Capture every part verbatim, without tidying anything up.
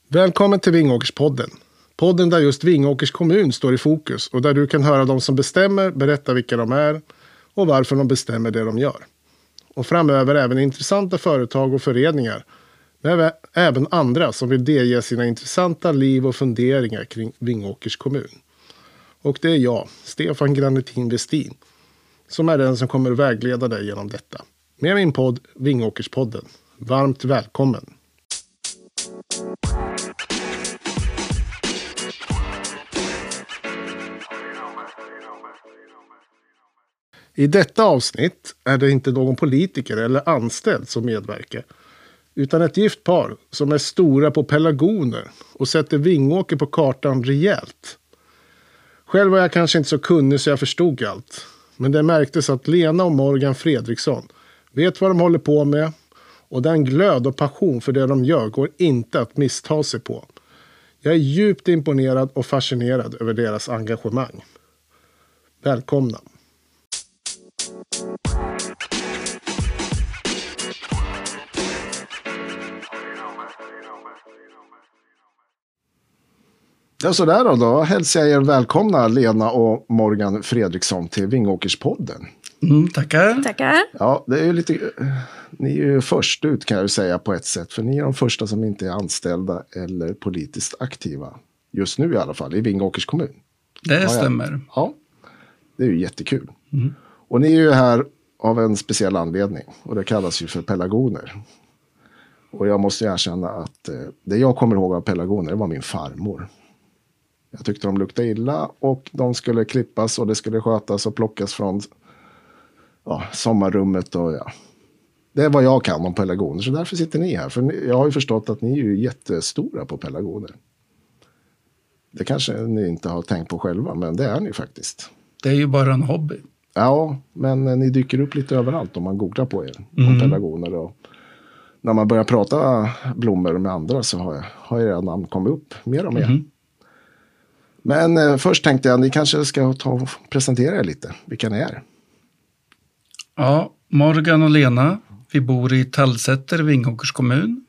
Välkommen till Vingåkerspodden. Podden där just Vingåkers kommun står i fokus och där du kan höra de som bestämmer, berätta vilka de är och varför de bestämmer det de gör. Och framöver även intressanta företag och föreningar, men även andra som vill delge sina intressanta liv och funderingar kring Vingåkers kommun. Och det är jag, Stefan Granitin Westin, som är den som kommer vägleda dig genom detta. Med min podd Vingåkerspodden. Varmt välkommen! I detta avsnitt är det inte någon politiker eller anställd som medverkar, utan ett gift par som är stora på pelargoner och sätter Vingåker på kartan rejält. Själv var jag kanske inte så kunnig så jag förstod allt, men det märktes att Lena och Morgan Fredriksson vet vad de håller på med och den glöd och passion för det de gör går inte att missta sig på. Jag är djupt imponerad och fascinerad över deras engagemang. Välkomna! Ja, sådär då, då hälsar jag er välkomna Lena och Morgan Fredriksson till Vingåkerspodden. Mm, tackar. Tackar. Ja, det är ju lite, ni är ju först ut kan jag ju säga på ett sätt, för ni är de första som inte är anställda eller politiskt aktiva. Just nu i alla fall, i Vingåkers kommun. Det ja, stämmer. Ja, det är ju jättekul. Mm. Och ni är ju här av en speciell anledning, och det kallas ju för pelargoner. Och jag måste erkänna att eh, det jag kommer ihåg av pelargoner var min farmor. Jag tyckte de luktade illa och de skulle klippas och det skulle skötas och plockas från ja, sommarrummet. Och, ja. Det är vad jag kan om pelargoner, så därför sitter ni här. För ni, jag har ju förstått att ni är ju jättestora på pelargoner. Det kanske ni inte har tänkt på själva, men det är ni faktiskt. Det är ju bara en hobby. Ja, men ni dyker upp lite överallt om man googlar på er. Mm. Om pelargoner. Och när man börjar prata blommor med andra så har, jag, har era namn kommit upp mer och mer. Mm. Men eh, först tänkte jag, ni kanske ska ta och presentera er lite. Vilka ni är. Ja, Morgan och Lena. Vi bor i Tallsätter, Vingåkers kommun.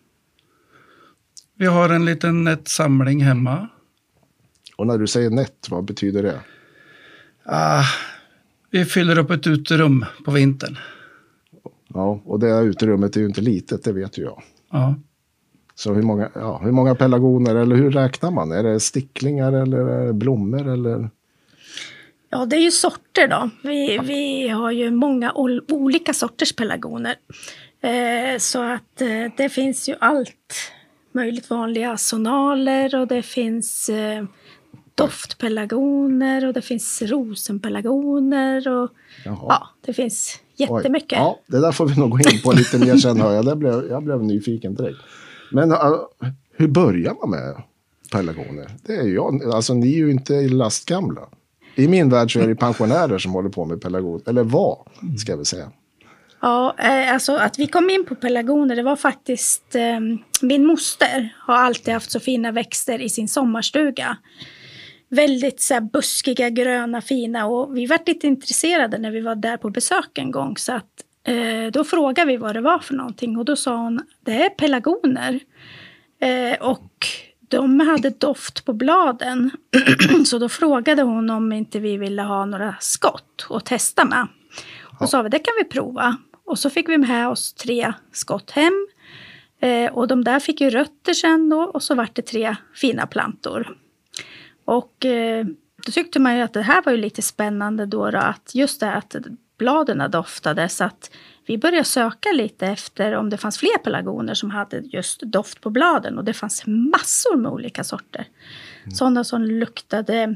Vi har en liten nätsamling hemma. Och när du säger nät, vad betyder det? Ah, vi fyller upp ett uterum på vintern. Ja, och det uterummet är ju inte litet, det vet ju jag. Ja. Så hur många, ja, hur många pelargoner, eller hur räknar man? Är det sticklingar eller är det blommor? Eller? Ja, det är ju sorter då. Vi, vi har ju många ol- olika sorters pelargoner. Eh, så att eh, det finns ju allt möjligt, vanliga sonaler och det finns eh, doftpelargoner och det finns rosenpelargoner och Jaha. ja, det finns jättemycket. Oj. Ja, det där får vi nog gå in på lite mer sen, hör jag. Det blev, jag blev nyfiken direkt. Men uh, hur börjar man med pelargoner? Det är ju, alltså ni är ju inte lastgamla. I min värld så är det pensionärer som håller på med pelargoner. Eller vad, ska jag väl säga. Ja, alltså att vi kom in på pelargoner, det var faktiskt eh, min moster har alltid haft så fina växter i sin sommarstuga. Väldigt så här, buskiga, gröna, fina, och vi var lite intresserade när vi var där på besök en gång, så att eh, då frågade vi vad det var för någonting och då sa hon, det är pelargoner eh, och de hade doft på bladen. Så då frågade hon om inte vi ville ha några skott att testa med. Och sa vi, det kan vi prova. Och så fick vi med oss tre skott hem. Eh, och de där fick ju rötter sen då. Och så var det tre fina plantor. Och eh, då tyckte man ju att det här var ju lite spännande då, då. Att just det att bladen doftade. Så att vi började söka lite efter om det fanns fler pelargoner som hade just doft på bladen. Och det fanns massor med olika sorter. Mm. Sådana som luktade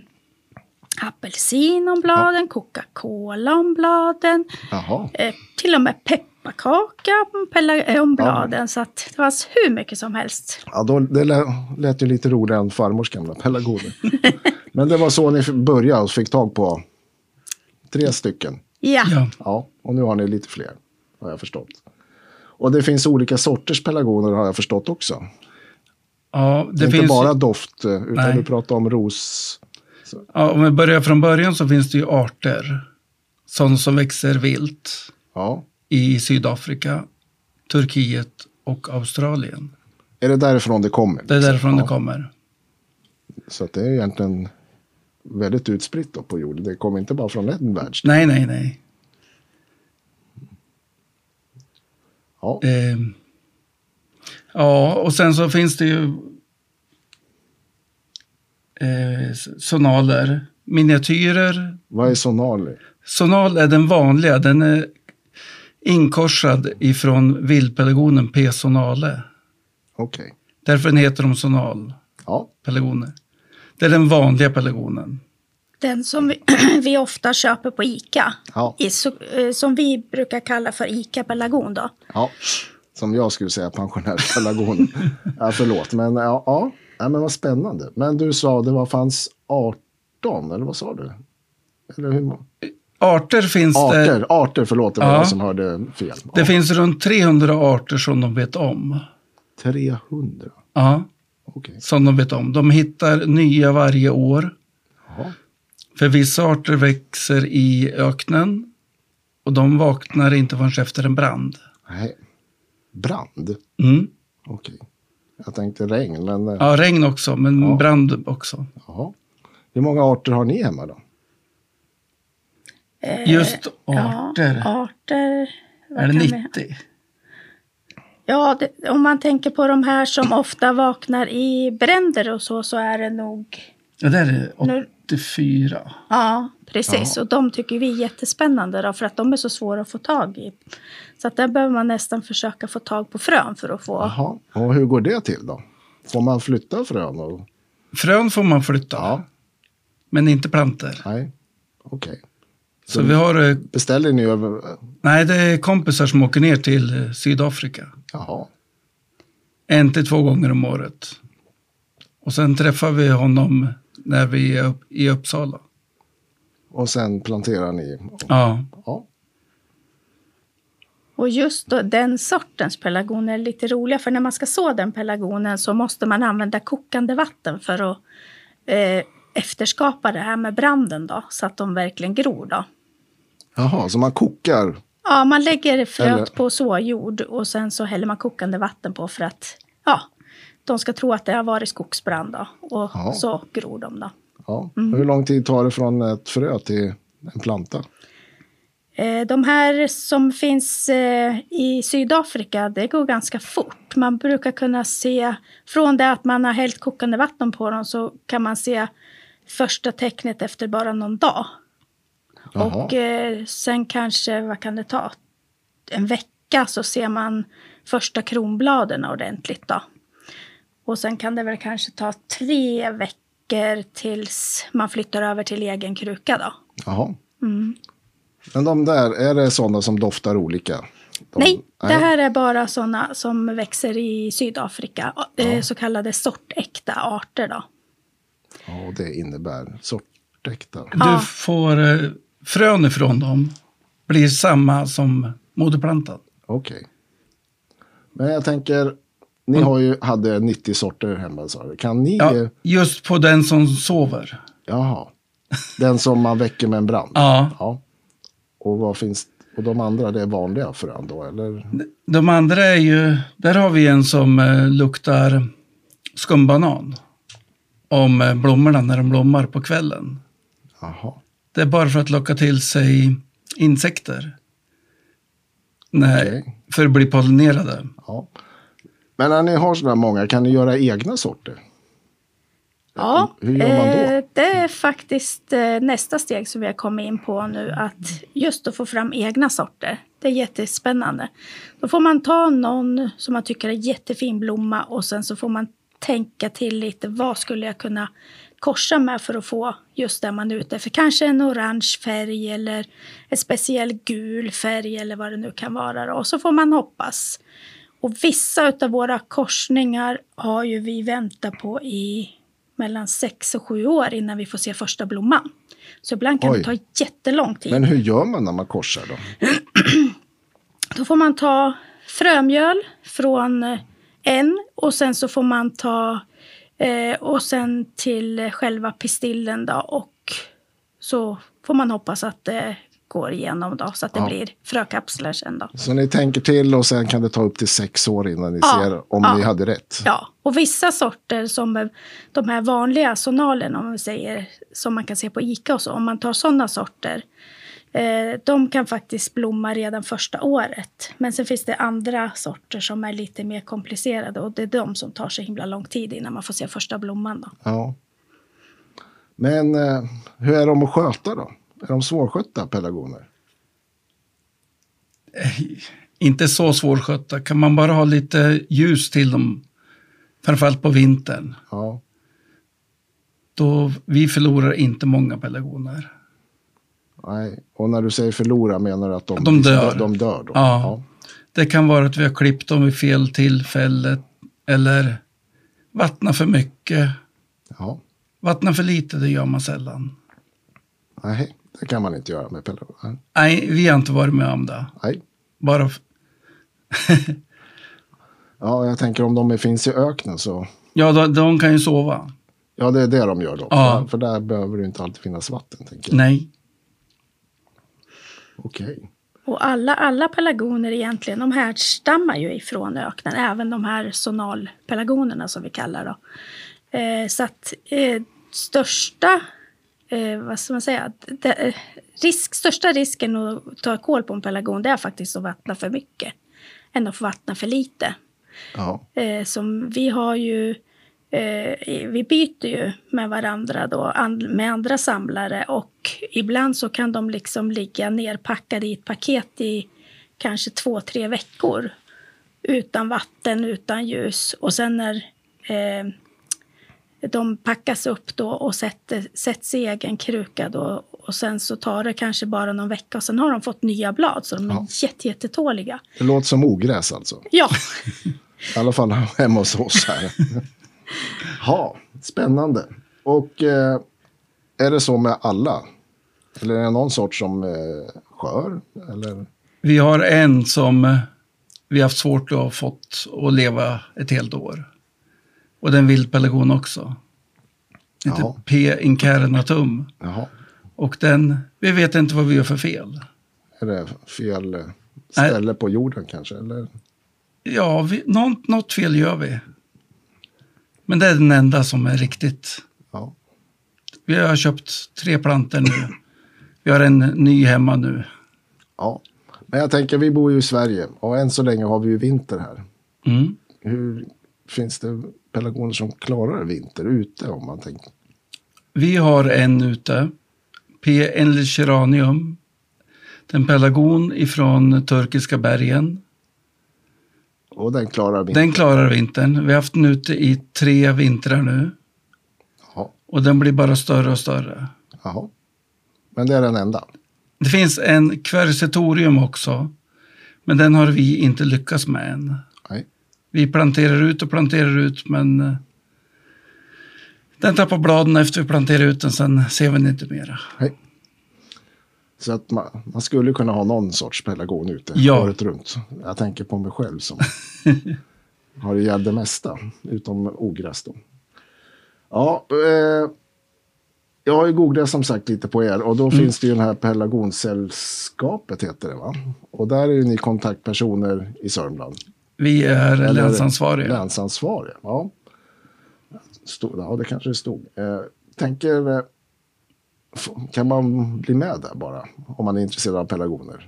apelsin om bladen, ja. Coca-Cola om bladen. Eh, till och med pepparkaka om, pela- om bladen. Ja. Så att det fanns hur mycket som helst. Ja, då, det lät, lät ju lite roligare än farmors gamla pelargoner. Men det var så ni började och fick tag på tre stycken. Ja. ja. Ja, och nu har ni lite fler, har jag förstått. Och det finns olika sorters pelargoner, har jag förstått också. Ja, det, det är finns inte bara ju... doft, utan Nej. du pratar om ros. Så. Ja, om vi börjar från början så finns det ju arter. Sådana som växer vilt Ja. i Sydafrika, Turkiet och Australien. Är det därifrån det kommer? Det är därifrån ja. det kommer. Så att det är egentligen väldigt utspritt då på jorden. Det kommer inte bara från en världsdel. Nej, nej, nej. Ja. Eh, ja, och sen så finns det ju eh, sonaler, miniatyrer. Vad är sonali? Sonal är den vanliga, den är inkorsad ifrån vildpelargonen P. sonale. Okej. Okay. Därför den heter de sonal. Ja. Pelargoner. Det är den vanliga pelargonen. Den som vi, vi ofta köper på Ica. Ja. I, som vi brukar kalla för Ica-pelargon då. Ja, som jag skulle säga pensionärspelargon. Ja, förlåt, men ja, ja. ja, men vad spännande. Men du sa det var fanns arton, eller vad sa du? Eller hur? Arter finns arter, det. Arter, förlåt, det var ja. jag som hörde fel. Det ja. finns runt trehundra arter som de vet om. trehundra? Ja, okay. Som de vet om. De hittar nya varje år. Ja. För vissa arter växer i öknen. Och de vaknar inte förrän efter en brand. Nej, brand? Mm. Okej. Okay. Jag tänkte regn, men... Ja, regn också, men ja. brand också. Jaha. Hur många arter har ni hemma då? Just arter. Ja, arter. Är det nittio? Vi... Ja, det, om man tänker på de här som ofta vaknar i bränder och så, så är det nog... Ja, det är åttiofyra. Ja, precis. Ja. Och de tycker vi är jättespännande då, för att de är så svåra att få tag i. Så att där behöver man nästan försöka få tag på frön för att få... Jaha, och hur går det till då? Får man flytta frön? Och... Frön får man flytta, ja. Men inte planter. Nej, okej. Okay. Så, så vi har... Beställer ni över... Nej, det är kompisar som åker ner till Sydafrika. Jaha. En till två gånger om året. Och sen träffar vi honom när vi är i Uppsala. Och sen planterar ni? Ja. Ja. Och just då, den sortens pelargoner är lite roliga. För när man ska så den pelargonen så måste man använda kokande vatten för att eh, efterskapa det här med branden då. Så att de verkligen gror då. Jaha, så man kokar? Ja, man lägger fröet Eller... på såjord och sen så häller man kokande vatten på för att ja, de ska tro att det har varit skogsbrand då. Och ja. Så gror de då. Ja. Mm. Hur lång tid tar det från ett frö till en planta? De här som finns i Sydafrika, det går ganska fort. Man brukar kunna se, från det att man har hällt kokande vatten på dem så kan man se första tecknet efter bara någon dag. Jaha. Och sen kanske, vad kan det ta? En vecka så ser man första kronbladen ordentligt då. Och sen kan det väl kanske ta tre veckor tills man flyttar över till egen kruka då. Jaha. Mm. Men de där, är det sådana som doftar olika? De, nej, nej, det här är bara sådana som växer i Sydafrika. Ja. Så kallade sortäkta arter då. Ja, och det innebär sortäkta. Du får eh, frön ifrån dem. Blir samma som moderplantan. Okej. Okay. Men jag tänker, ni har ju, hade nittio sorter hemma, sa du. Kan ni... Ja, just på den som sover. Jaha. Den som man väcker med en brand? Ja. Ja. Och vad finns, och de andra, det är vanliga frön då, eller? De andra är ju, där har vi en som eh, luktar skumbanan. Om eh, blommorna när de blommar på kvällen. Jaha. Det är bara för att locka till sig insekter. Nej, okay. För att bli pollinerade. Ja. Men när ni har sådär många, kan ni göra egna sorter? Ja, hur gör man då? Eh, det är faktiskt eh, nästa steg som vi har kommit in på nu. Att just att få fram egna sorter. Det är jättespännande. Då får man ta någon som man tycker är jättefin blomma. Och sen så får man tänka till lite. Vad skulle jag kunna korsa med för att få just det man är ute. För kanske en orange färg eller en speciell gul färg. Eller vad det nu kan vara då. Och så får man hoppas. Och vissa av våra korsningar har ju vi väntat på i... mellan sex och sju år innan vi får se första blomman. Så ibland kan Oj. det ta jättelång tid. Men hur gör man när man korsar då? Då får man ta frömjöl från en och sen så får man ta eh, och sen till själva pistillen då och så får man hoppas att det går igenom då, så att det Ja. blir frökapslar sen då. Så ni tänker till och sen kan det ta upp till sex år innan ni Ja, ser om ja. ni hade rätt. Ja, och vissa sorter som de här vanliga sonalerna, om vi säger, som man kan se på Ica och så, om man tar sådana sorter, eh, de kan faktiskt blomma redan första året. Men sen finns det andra sorter som är lite mer komplicerade, och det är de som tar så himla lång tid innan man får se första blomman då. Ja. Men eh, hur är de att sköta då? Är de svårskötta pelargoner? Inte så svårskötta. Kan man bara ha lite ljus till dem, framförallt på vintern, Ja. då vi förlorar inte många pelargoner. Nej. Och när du säger förlora menar du att de, De dör. de dör då? Ja. Det kan vara att vi har klippt dem vid fel tillfälle eller vattna för mycket. Ja. Vattna för lite, det gör man sällan. Nej, det kan man inte göra med pelargoner. Nej, vi har inte varit med om det. Nej. Bara Ja, jag tänker om de finns i öknen så... ja, de, de kan ju sova. Ja, det är det de gör då. Ja. För, för där behöver det inte alltid finnas vatten, tänker jag. Nej. Okej. Och alla, alla pelargoner egentligen, de härstammar ju ifrån öknen, även de här sonalpelargonerna som vi kallar då. Eh, så att eh, största, eh, vad ska man säga, det, risk, största risken att ta kål på en pelargon, det är faktiskt att vattna för mycket än att få vattna för lite. Ja. Eh, som vi har ju, eh, vi byter ju med varandra då, an, med andra samlare, och ibland så kan de liksom ligga nerpackade i ett paket i kanske två, tre veckor utan vatten, utan ljus, och sen när eh, de packas upp då och sätter, sätts i egen kruka då, och sen så tar det kanske bara någon vecka och sen har de fått nya blad, så de är Ja. jätte, jättetåliga. Det låter som ogräs alltså. Ja. I alla fall hemma hos oss här. Ja, spännande. Och eh, är det så med alla? Eller är det någon sort som eh, skör? Eller? Vi har en som eh, vi har haft svårt att ha fått att leva ett helt år. Och den vildpelargon också. Heter Jaha. P. incarnatum. Jaha. Och den, vi vet inte vad vi gör för fel. Är det fel eh, ställe på jorden kanske? Eller? Ja, vi, något, något fel gör vi. Men det är den enda som är riktigt. Ja. Vi har köpt tre plantor nu. Vi har en ny hemma nu. Ja. Men jag tänker, vi bor ju i Sverige och än så länge har vi ju vinter här. Mm. Hur finns det pelargoner som klarar vinter ute om man tänker? Vi har en ute. P. enlicheranium. Den pelargon ifrån turkiska bergen. Och den klarar vinter? Den klarar vintern. Vi har haft den ute i tre vintrar nu. Jaha. Och den blir bara större och större. Jaha. Men det är den enda? Det finns en quercetorium också. Men den har vi inte lyckats med än. Nej. Vi planterar ut och planterar ut, men eh, den tappar bladen efter vi planterar ut den, sen ser vi den inte mera. Nej. Så att man, man skulle kunna ha någon sorts pelargon ute Ja. året runt. Jag tänker på mig själv som har ihjäl det mesta, utom ogräs då. Ja, eh, jag har ju googlat som sagt lite på er och då Mm. finns det ju den här pelargonsällskapet heter det va? Och där är ju ni kontaktpersoner i Sörmland. Vi är Eller länsansvariga. Länsansvariga, ja. Stod, ja, det kanske det stod. Eh, tänker, eh, f- kan man bli med där bara? Om man är intresserad av pelargoner?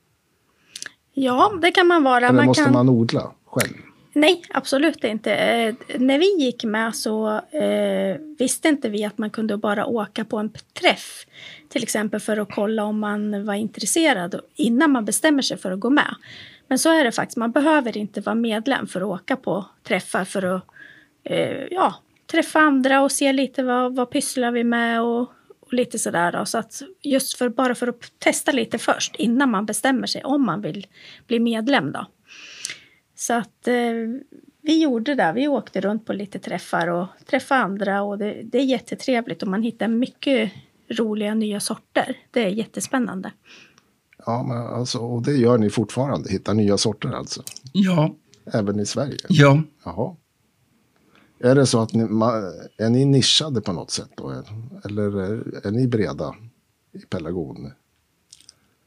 Ja, det kan man vara. Eller Man måste kan... man odla själv? Nej, absolut inte. Eh, när vi gick med så eh, visste inte vi att man kunde bara åka på en träff. Till exempel för att kolla om man var intresserad innan man bestämmer sig för att gå med. Men så är det faktiskt. Man behöver inte vara medlem för att åka på träffar för att eh, ja, träffa andra och se lite vad, vad pysslar vi med och, och lite sådär. Då. Så att just för, bara för att testa lite först innan man bestämmer sig om man vill bli medlem då. Så att eh, vi gjorde det. Vi åkte runt på lite träffar och träffade andra och det, det är jättetrevligt och man hittar mycket roliga nya sorter. Det är jättespännande. Ja, men alltså, och det gör ni fortfarande, hitta nya sorter alltså? Ja, Även i Sverige? ja. Jaha. Är det så att ni, ma- är ni nischade på något sätt då? Eller är, är ni breda i pelargon?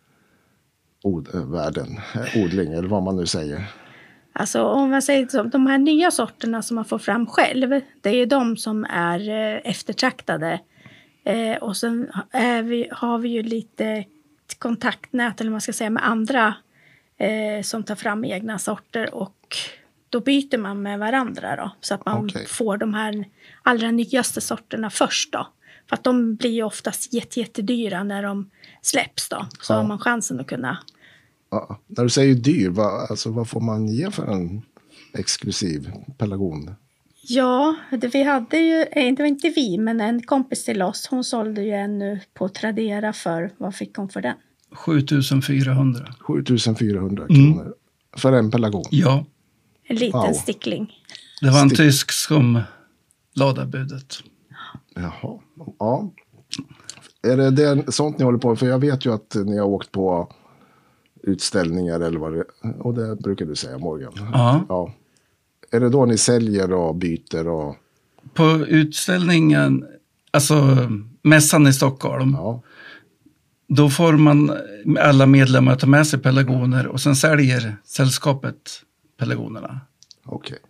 od, världen, odling eller vad man nu säger. Alltså om man säger så, de här nya sorterna som man får fram själv, det är ju de som är eh, eftertraktade. Eh, och sen är vi, har vi ju lite kontaktnät eller man ska säga med andra eh, som tar fram egna sorter och då byter man med varandra då. Så att man Okay. får de här allra nyaste sorterna först då. För att de blir ju oftast jätte, jättedyra när de släpps då. Så Ja. har man chansen att kunna. Ja, när du säger dyr, vad, alltså, vad får man ge för en exklusiv pelargon? Ja, det, vi hade ju, eh, det var inte vi, men en kompis till oss, hon sålde ju en nu på Tradera för, vad fick hon för den? sjutufyrahundra. sjutufyrahundra Mm. kronor för en pelargon. Ja, En liten Wow. stickling. det var en Stick- tysk som lade budet. Jaha, ja. Är det, det sånt ni håller på med? För jag vet ju att ni har åkt på utställningar eller vad det och det brukar du säga, Morgan. Ja. Ja. Är det då ni säljer och byter och På utställningen, alltså mässan i Stockholm, ja, då får man alla medlemmar ta med sig pelargoner och sen säljer sällskapet pelargonerna. okej.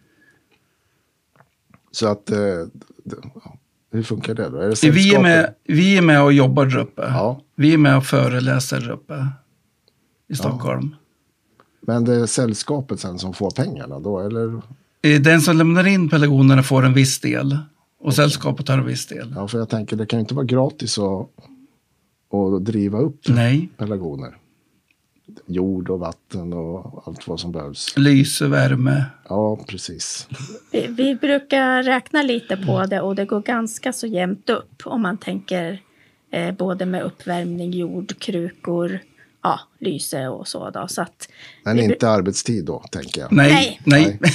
Så att, eh, det, ja. Hur funkar det då? Är det Vi är, sällskapet? med, vi är med och jobbar där uppe. Ja. Vi är med och föreläser där uppe i Stockholm. Men det är sällskapet sen som får pengarna då, eller? Eh, Den som lämnar in pelargonerna får en viss del och sällskapet har en viss del. Ja, för jag tänker det kan ju inte vara gratis att, att driva upp Nej, pelargoner. Jord och vatten och allt vad som behövs. lyse, värme. Ja, precis. Vi, vi brukar räkna lite på det och det går ganska så jämnt upp om man tänker eh, både med uppvärmning, jord, krukor, ja, lyse och så då. Så att, Men vi, inte arbetstid då, tänker jag. Nej, Nej. nej. Nej.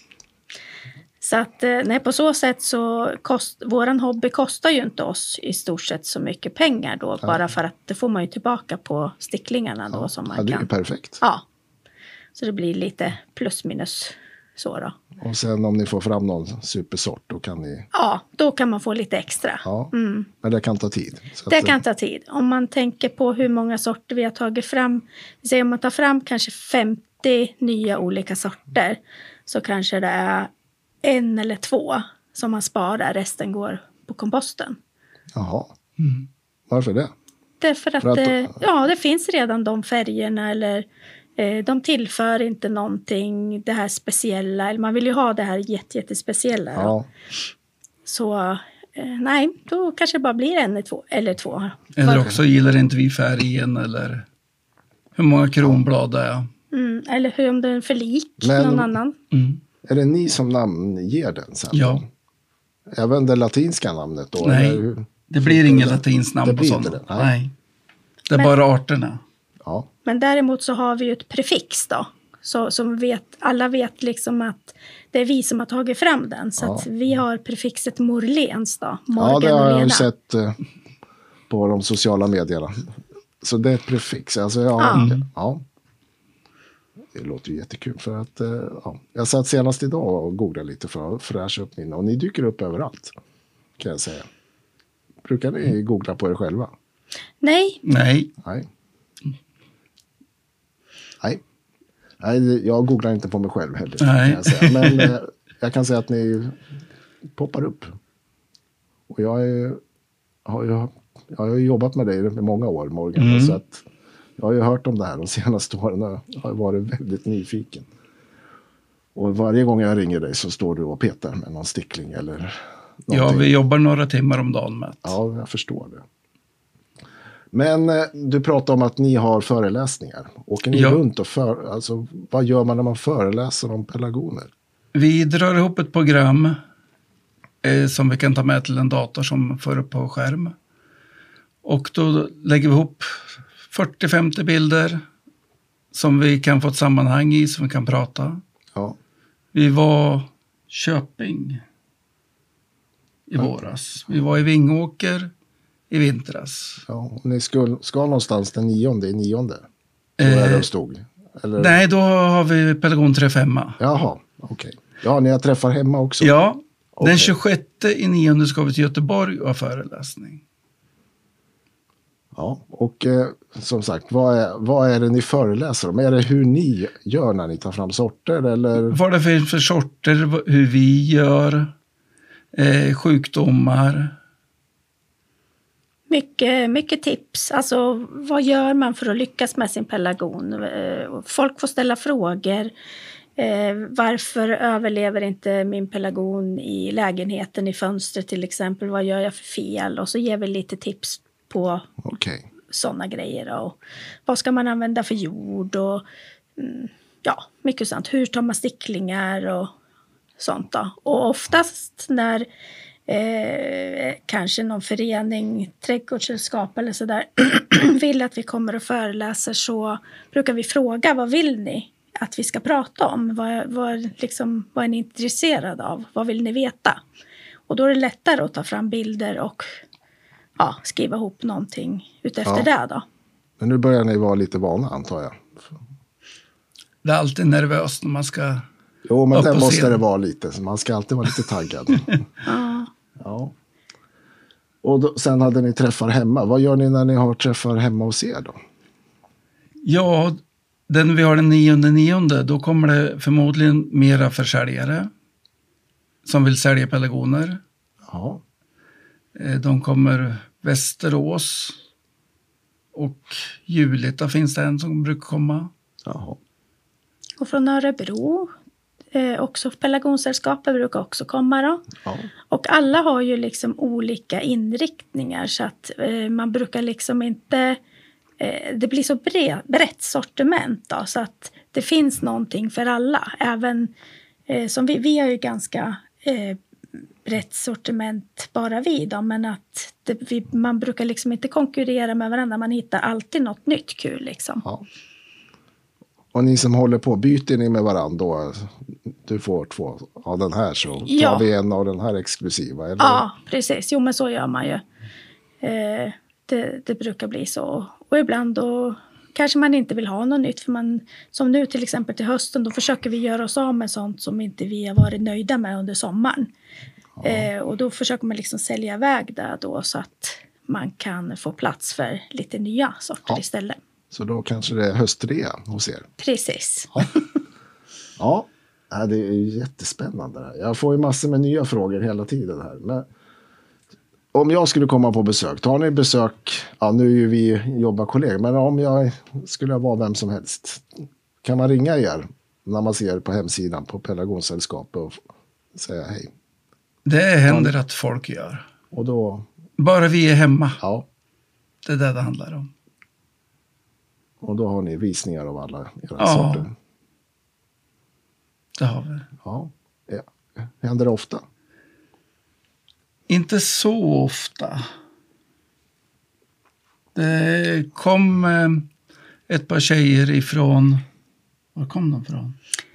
så att eh, nej, på så sätt så kost, våran hobby kostar ju inte oss i stort sett så mycket pengar då. Bara för att det får man ju tillbaka på sticklingarna då som Ja, man det är ju kan. perfekt. Ja, så det blir lite plus minus så då. Och sen om ni får fram någon supersort, då kan ni... Ja, då kan man få lite extra. Ja, men det kan ta tid. Så Det att, kan ta tid. Om man tänker på hur många sorter vi har tagit fram. Vi säger om man tar fram kanske femtio nya olika sorter. Så kanske det är en eller två som man sparar. Resten går på komposten. Jaha. Varför det? Därför att, För att- eh, ja, det finns redan de färgerna. Eller eh, de tillför inte någonting det här speciella. Eller man vill ju ha det här jätte, jättespeciella. då. Ja, Så eh, nej, då kanske det bara blir en eller två. Eller två. Eller också gillar inte vi färgen eller hur många kronblad det är. Mm, eller hur om det är en förlik, Men- någon annan. Mm. är det ni som namnger den sen? Ja. då? Även det latinska namnet då? Nej. eller hur? Det blir inget latinskt namn Det på blir sådana. inte det, nej. Nej. Det är Men- bara arterna. Ja, Men däremot så har vi ju ett prefix då. Så som vet, alla vet liksom att det är vi som har tagit fram den. Så Ja. att vi har prefixet Morlens då. ja Morgan det har och jag Lena. ju sett eh, på de sociala medierna. Så det är ett prefix. Alltså, ja, Ja. ja. Det låter ju jättekul för att eh, ja. Jag satt senast idag och googlade lite för att fräscha upp mina och ni dyker upp överallt kan jag säga. Brukar ni googla på er själva? Nej, Nej. Nej. Nej. Nej, jag googlar inte på mig själv heller. Nej. Kan jag säga. Men eh, jag kan säga att ni poppar upp. Och jag, är, har, ju, jag har ju jobbat med dig i många år, Morgan. Mm. Så att jag har ju hört om det här de senaste åren och har varit väldigt nyfiken. Och varje gång jag ringer dig så står du och petar med någon stickling eller Ja, någonting. vi jobbar några timmar om dagen med. Ja, jag förstår det. Men eh, du pratar om att ni har föreläsningar. Åker ni Ja. runt och för, alltså, vad gör man när man föreläser om pelargoner? Vi drar ihop ett program eh, som vi kan ta med till en dator som får upp på skärm. Och då lägger vi ihop fyrtio femtio bilder som vi kan få ett sammanhang i, som vi kan prata. Ja, Vi var Köping i våras. Vi var i Vingåker i vintras. ja. Och ni ska, ska någonstans den nionde i nionde? Så är det Eh, och stod? Eller? nej, då har vi Pelargon trettiofem. Jaha, okej. Ja, ni har träffar hemma också? Ja, Okej. den tjugosjätte i nionde ska vi till Göteborg och ha föreläsning. Ja, och eh, som sagt, vad är, vad är det ni föreläser om? Är det hur ni gör när ni tar fram sorter? Eller? Vad det finns för sorter, hur vi gör, eh, sjukdomar. Mycket, mycket tips. Alltså, vad gör man för att lyckas med sin pelargon? Eh, Folk får ställa frågor. Eh, varför överlever inte min pelargon i lägenheten, i fönstret till exempel? Vad gör jag för fel? Och så ger vi lite tips på Okay. sådana grejer. Då. Och vad ska man använda för jord? Och, mm, ja, mycket sånt. Hur tar man sticklingar och sånt då? Och oftast när eh, kanske någon förening, trädgårdssällskap eller sådär vill att vi kommer och föreläser, så brukar vi fråga, vad vill ni att vi ska prata om? Vad, vad, liksom, vad är ni intresserade av? Vad vill ni veta? Och då är det lättare att ta fram bilder och ja, skriva ihop någonting utefter Ja. det då. Men nu börjar ni vara lite vana, antar jag. Det är alltid nervöst när man ska... Jo, men Upp det på måste scen. det vara lite. Så man ska alltid vara lite taggad. Ja. Ja. Och då, sen hade ni träffar hemma. Vad gör ni när ni har träffar hemma hos er då? Ja, den vi har den nionde nionde, då kommer det förmodligen mera försäljare som vill sälja pelargoner. Ja. Eh, De kommer Västerås och Julita finns det en som brukar komma. Jaha. Och från Örebro, eh, också pelargonsällskapet brukar också komma då. Ja. Och alla har ju liksom olika inriktningar, så att eh, man brukar liksom inte... Eh, det blir så bred, brett sortiment då, så att det finns någonting för alla. Även eh, som vi, vi har ju ganska eh, brett sortiment bara vi då, men att det, vi, man brukar liksom inte konkurrera med varandra. Man hittar alltid något nytt kul liksom. Ja. Och ni som håller på, byter ni med varandra då? Du får två av den här, så tar Ja. vi en av den här exklusiva, eller? Ja, precis. Jo, men så gör man ju. Eh, det, det brukar bli så. Och ibland då kanske man inte vill ha något nytt. För man, som nu till exempel till hösten, då försöker vi göra oss av med sånt som inte vi har varit nöjda med under sommaren. Ja. Eh, och då försöker man liksom sälja iväg det då, så att man kan få plats för lite nya sorter Ja. istället. Så då kanske det är höstrea hos er. Precis. Ja. Ja. Ja, det är ju jättespännande. Det här. Jag får ju massor med nya frågor hela tiden här. Men om jag skulle komma på besök, tar ni besök, ja nu är ju vi jobbarkollegor, men om jag skulle vara vem som helst, kan man ringa er när man ser på hemsidan på Pelargonsällskapet och säga hej? Det händer att folk gör. Och då, Bara vi är hemma. ja, Det är det det handlar om. och då har ni visningar av alla era Ja. sorter. Det har vi. Ja. Ja. Händer det ofta? Inte så ofta. Det kom eh, ett par tjejer ifrån... Var kom de från?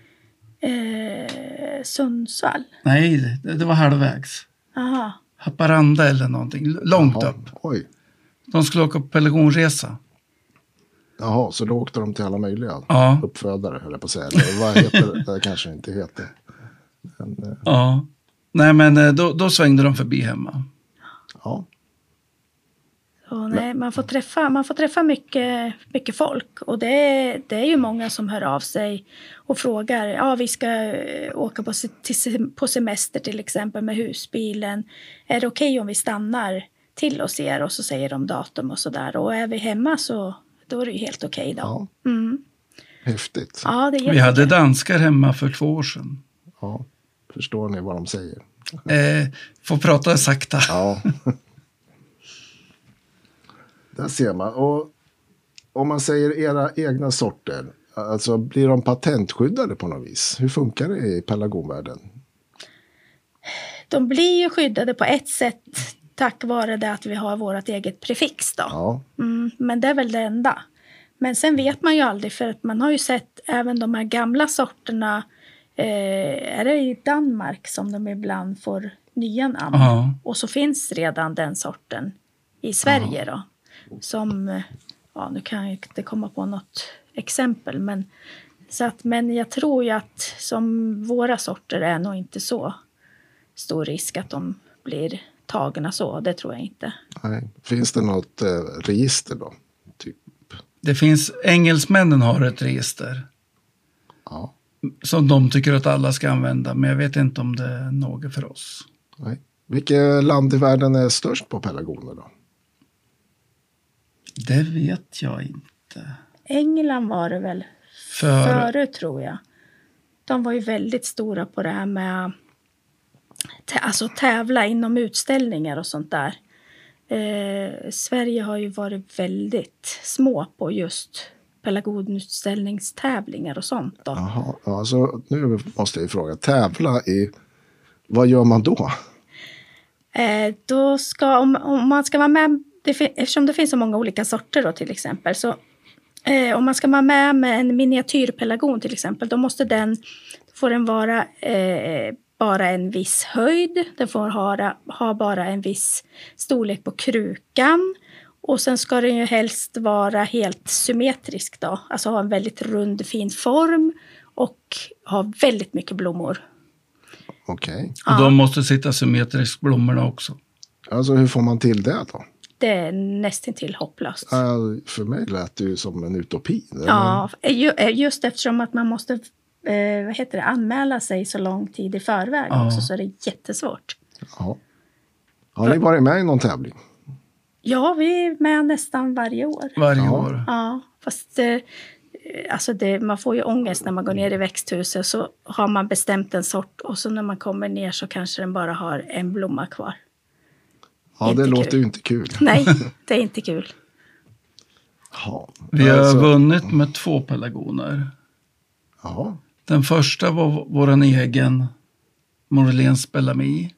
Eh, Sundsvall. Nej, det, det var halvvägs. Aha. Haparanda eller någonting. Långt Jaha. upp. Oj. De skulle åka på pelargonresa. Jaha, så då åkte de till alla möjliga Ja. uppfödare, eller på att säga. Eller vad heter det? Det kanske inte heter. Men, eh, Ja. Nej, men eh, då, då svängde de förbi hemma. ja. Så, nej, man får träffa, man får träffa mycket, mycket folk. Och det är, det är ju många som hör av sig och frågar. Ja, vi ska eh, åka på, se- till, se- på semester till exempel med husbilen. Är det okej om vi stannar till oss er? Och så säger de datum och sådär. Och är vi hemma så då är det ju helt okej då. Ja. Mm. Häftigt. Ja, det är Vi hade jättekul. danskar hemma för två år sedan. Ja. Förstår ni vad de säger? Eh, får prata sakta. Ja. Där ser man. Och om man säger era egna sorter, alltså blir de patentskyddade på något vis? Hur funkar det i pelargonvärlden? De blir ju skyddade på ett sätt tack vare det att vi har vårt eget prefix då. Ja. Mm, men det är väl det enda. Men sen vet man ju aldrig, för att man har ju sett även de här gamla sorterna. Eh, är det i Danmark som de ibland får nya namn? Ja. Och så finns redan den sorten i Sverige då. Som, eh, ja nu kan jag inte komma på något exempel. Men, så att, men jag tror ju att som våra sorter är nog inte så stor risk att de blir tagna så, det tror jag inte. Nej. Finns det något eh, register då? Typ. Det finns, engelsmännen har ett register Ja. som de tycker att alla ska använda, men jag vet inte om det är något för oss. Nej. Vilket land i världen är störst på pelargoner då? Det vet jag inte. England var det väl För, före, tror jag. De var ju väldigt stora på det här med tä- alltså tävla inom utställningar och sånt där. Eh, Sverige har ju varit väldigt små på just pelargonutställningstävlingar och sånt då. Jaha, ja, så nu måste jag ju fråga. Tävla i, vad gör man då? Eh, då ska, om, om man ska vara med, det, fin- eftersom det finns så många olika sorter då till exempel, så eh, om man ska vara med med en miniatyrpelargon till exempel, då måste den, får den vara eh, bara en viss höjd, den får ha, ha bara en viss storlek på krukan, och sen ska den ju helst vara helt symmetrisk då, alltså ha en väldigt rund fin form och ha väldigt mycket blommor. Okej. och de måste sitta symmetriskt, blommorna också. Alltså hur får man till det då? Det är nästintill hopplöst. Ja, för mig lät det ju som en utopi. eller? Ja, ju- just eftersom att man måste eh, vad heter det, anmäla sig så lång tid i förväg Ja. också, så är det jättesvårt. Ja. Har ni varit med i någon tävling? Ja, vi är med nästan varje år. Varje Ja. år. Ja, fast eh, alltså det, man får ju ångest när man går ner i växthuset, så har man bestämt en sort och så när man kommer ner så kanske den bara har en blomma kvar. Ja, Inte det kul. låter ju inte kul. Nej, det är inte kul. Ja. Vi har Alltså, vunnit med två pelargoner. ja. Den första var våran egen Morelens Bellamy.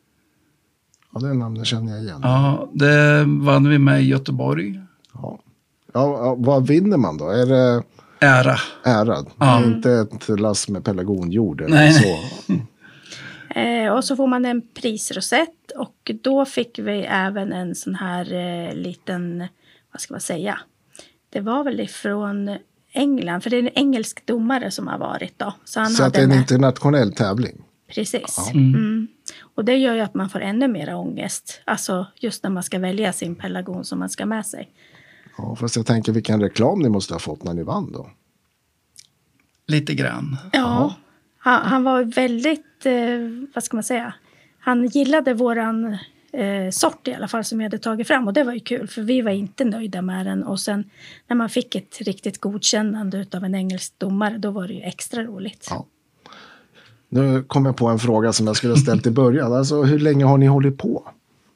ja, det namnet känner jag igen. Ja, det vann vi med i Göteborg. Ja. Ja, ja, vad vinner man då? Är det Ära. ärad? Ja. Inte ett lass med pelargonjord eller Nej, så? Eh, och så får man en prisrosett, och då fick vi även en sån här eh, liten, vad ska man säga, det var väl ifrån England, för det är en engelsk domare som har varit då. Så, han Så att hade det är en med, internationell tävling? precis. Mm. Mm. Och det gör ju att man får ännu mer ångest, alltså just när man ska välja sin pelargon som man ska med sig. Ja, fast jag tänker vilken reklam ni måste ha fått när ni vann då. Lite grann. Ja, han, han var väldigt, eh, vad ska man säga, han gillade våran eh, sort i alla fall som vi hade tagit fram, och det var ju kul för vi var inte nöjda med den, och sen när man fick ett riktigt godkännande av en engelsk domare, då var det ju extra roligt. Ja. Nu kom jag på en fråga som jag skulle ha ställt i början. Alltså hur länge har ni hållit på?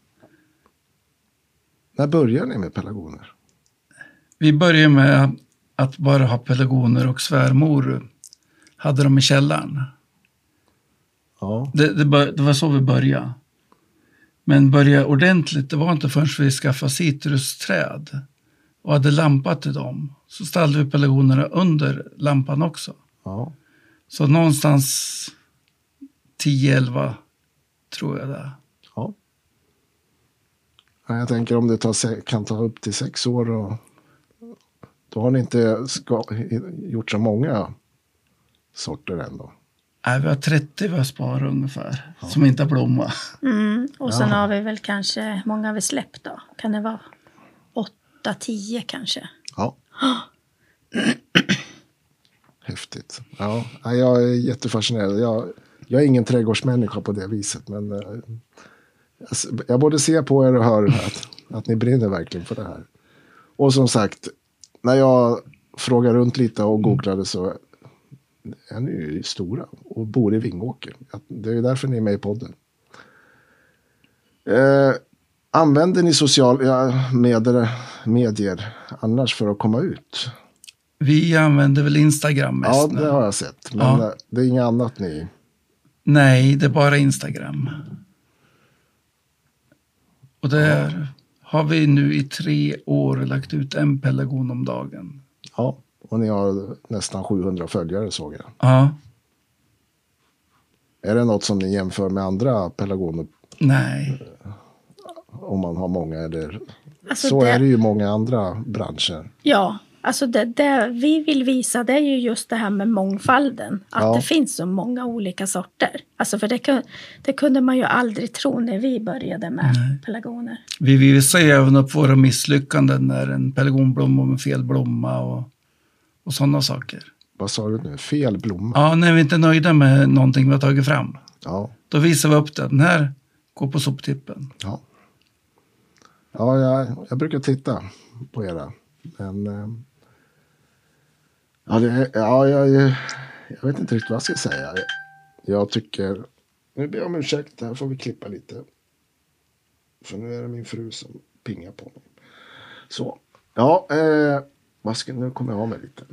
När började ni med pelargoner? Vi började med att bara ha pelargoner, och svärmor hade dem i källaren. Ja, Det, det, bör, det var så vi började. Men börja ordentligt, det var inte förrän vi skaffade citrusträd och hade lampa till dem. Så ställde vi pelargonerna under lampan också. ja. Så någonstans tio elva tror jag det. ja. Ja, jag tänker om det tar, se- kan ta upp till sex år. Och, då har ni inte ska, gjort så många sorter ändå. Nej, vi har trettio vi har sparat ungefär, som inte har blommat. Mm, och sen Ja. har vi väl kanske, många har vi släppt då, kan det vara åtta, tio kanske? Ja. Häftigt. Ja, ja, jag är jättefascinerad. Jag, jag är ingen trädgårdsmänniska på det viset. Men eh, jag s- jag både ser på er och hör att, att ni brinner verkligen för det här. Och som sagt, när jag frågar runt lite och googlade så är ni ju stora och bor i Vingåker. Att- Det är ju därför ni är med i podden. Eh, använder ni sociala medier, medier annars för att komma ut? Vi använder väl Instagram mest Ja, nu. det har jag sett. Men Ja. eh, det är inget annat ni... Nej, det är bara Instagram. Och där har vi nu i tre år lagt ut en pelargon om dagen. Ja, och ni har nästan sjuhundra följare såg jag. Ja, Är det något som ni jämför med andra pelargoner nej. om man har många? Eller... Alltså Så det- är det ju i många andra branscher. Ja, Alltså det, det vi vill visa det är ju just det här med mångfalden. Att Ja. det finns så många olika sorter. Alltså för det, kun, det kunde man ju aldrig tro när vi började med Nej. pelargoner. Vi visar ju även upp våra misslyckanden när en pelargonblomma med fel blomma och, och sådana saker. Vad sa du nu? Fel blomma? Ja, när vi inte är nöjda med någonting vi har tagit fram. Ja. Då visar vi upp det. Den här går på soptippen. Ja, ja jag, jag brukar titta på era. Men eh, ja, det, ja jag, jag vet inte riktigt vad jag ska säga. Jag, jag tycker... Nu ber jag om ursäkt, här får vi klippa lite. För nu är det min fru som pingar på mig. Så, ja, eh, vad ska, nu kommer jag av mig lite.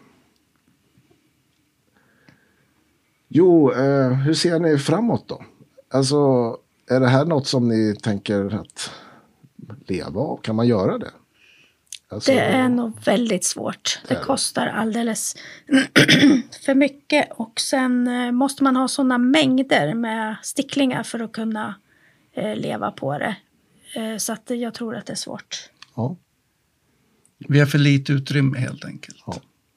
Jo, eh, hur ser ni framåt då? Alltså, är det här något som ni tänker att leva av? Kan man göra det? Alltså, Det är nog väldigt svårt. Det är det. kostar alldeles för mycket. Och sen eh, måste man ha sådana mängder med sticklingar för att kunna eh, leva på det. Eh, så att jag tror att det är svårt. Ja, Vi har för lite utrymme helt enkelt. ja.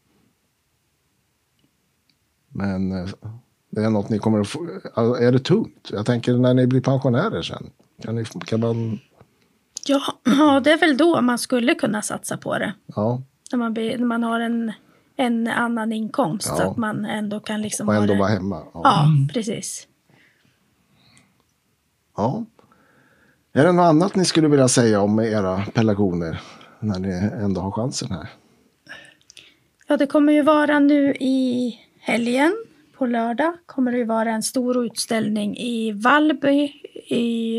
Men eh, det är något ni kommer att få... Alltså, är det tungt? Jag tänker när ni blir pensionärer sen. Kan, ni, kan man... Ja, ja, det är väl då man skulle kunna satsa på det. Ja, När man, blir, när man har en, en annan inkomst. Ja. Så att man ändå kan liksom och ha ändå det. vara hemma. Ja. Ja, precis. Ja. Är det något annat ni skulle vilja säga om era pelargoner när ni ändå har chansen här? Ja, det kommer ju vara nu i helgen. På lördag kommer det ju vara en stor utställning i Vallby i...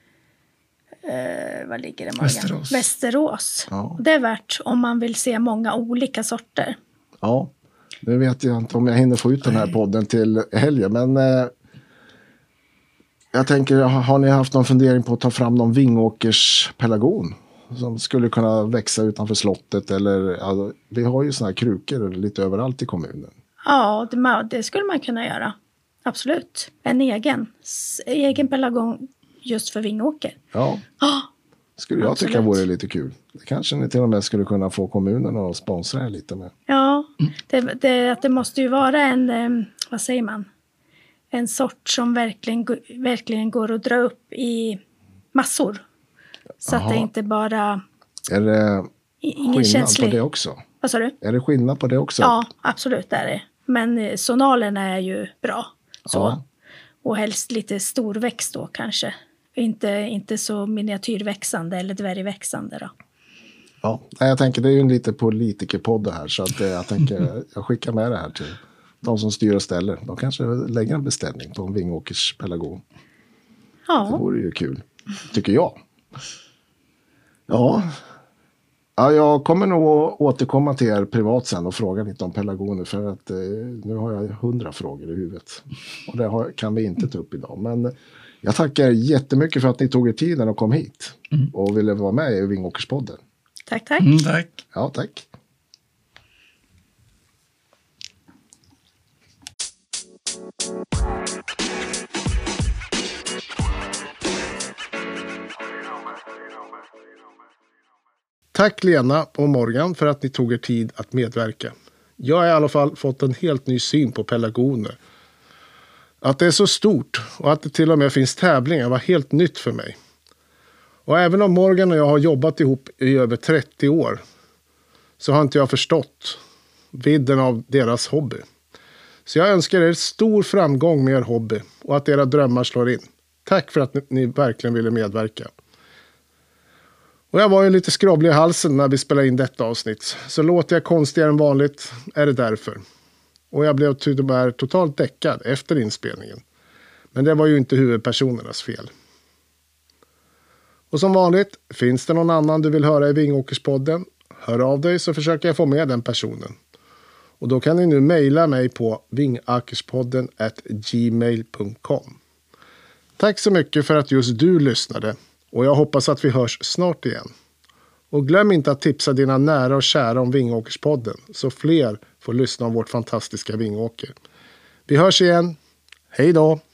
Eh, vad ligger det? Morgan? Västerås. Västerås. Ja. Och det är värt om man vill se många olika sorter. Ja, nu vet jag inte om jag hinner få ut den här podden till helgen, men eh, jag tänker, har ni haft någon fundering på att ta fram någon Vingåkers pelargon som skulle kunna växa utanför slottet? Eller, ja, vi har ju såna här krukor lite överallt i kommunen. Ja, det, det skulle man kunna göra. Absolut. En egen. S- egen pelargon just för Vingåker. Ja, Ja, skulle jag tycka Absolut. vore lite kul. Det kanske ni till och med skulle kunna få kommunen att sponsra er lite med. ja det, det, att det måste ju vara en, eh, vad säger man? En sort som verkligen, go- verkligen går att dra upp i massor. Så att Jaha. det inte bara... Är det i- Ingen skillnad känslig... på det också? Vad sa du? Är det skillnad på det också? Ja, absolut är det. Men eh, sonalerna är ju bra. Så. Ja. Och helst lite storväxt då kanske. Inte, inte så miniatyrväxande eller dvärgväxande då. Ja, nej, jag tänker det är ju en lite politikerpodd det här, så att eh, jag tänker jag skickar med det här till de som styr och ställer. De kanske lägger en beställning på en Vingåkers pelargon. Det Ja, vore ju kul, tycker jag. Ja. Ja, jag kommer nog att återkomma till er privat sen och fråga lite om pelargoner, för att eh, nu har jag hundra frågor i huvudet. Och det har, kan vi inte ta upp idag. Men jag tackar jättemycket för att ni tog er tiden och kom hit och ville vara med i Vingåkerspodden. tack tack. Mm, tack. Ja, tack. Tack Lena och Morgan för att ni tog er tid att medverka. Jag har i alla fall fått en helt ny syn på pelargoner. Att det är så stort och att det till och med finns tävlingar var helt nytt för mig. Och även om Morgan och jag har jobbat ihop i över trettio år så har inte jag förstått vidden av deras hobby. Så jag önskar er stor framgång med er hobby och att era drömmar slår in. Tack för att ni, ni verkligen ville medverka. Och jag var ju lite skrovlig i halsen när vi spelade in detta avsnitt. Så låter jag konstigare än vanligt är det därför. Och jag blev tyvärr totalt däckad efter inspelningen. Men det var ju inte huvudpersonernas fel. Och som vanligt, finns det någon annan du vill höra i Vingåkerspodden? Hör av dig så försöker jag få med den personen. Och då kan ni nu mejla mig på vingakerspodden at gmail punkt com. Tack så mycket för att just du lyssnade. Och jag hoppas att vi hörs snart igen. Och glöm inte att tipsa dina nära och kära om Vingåkerspodden, så fler får lyssna om vårt fantastiska Vingåker. Vi hörs igen. Hej då!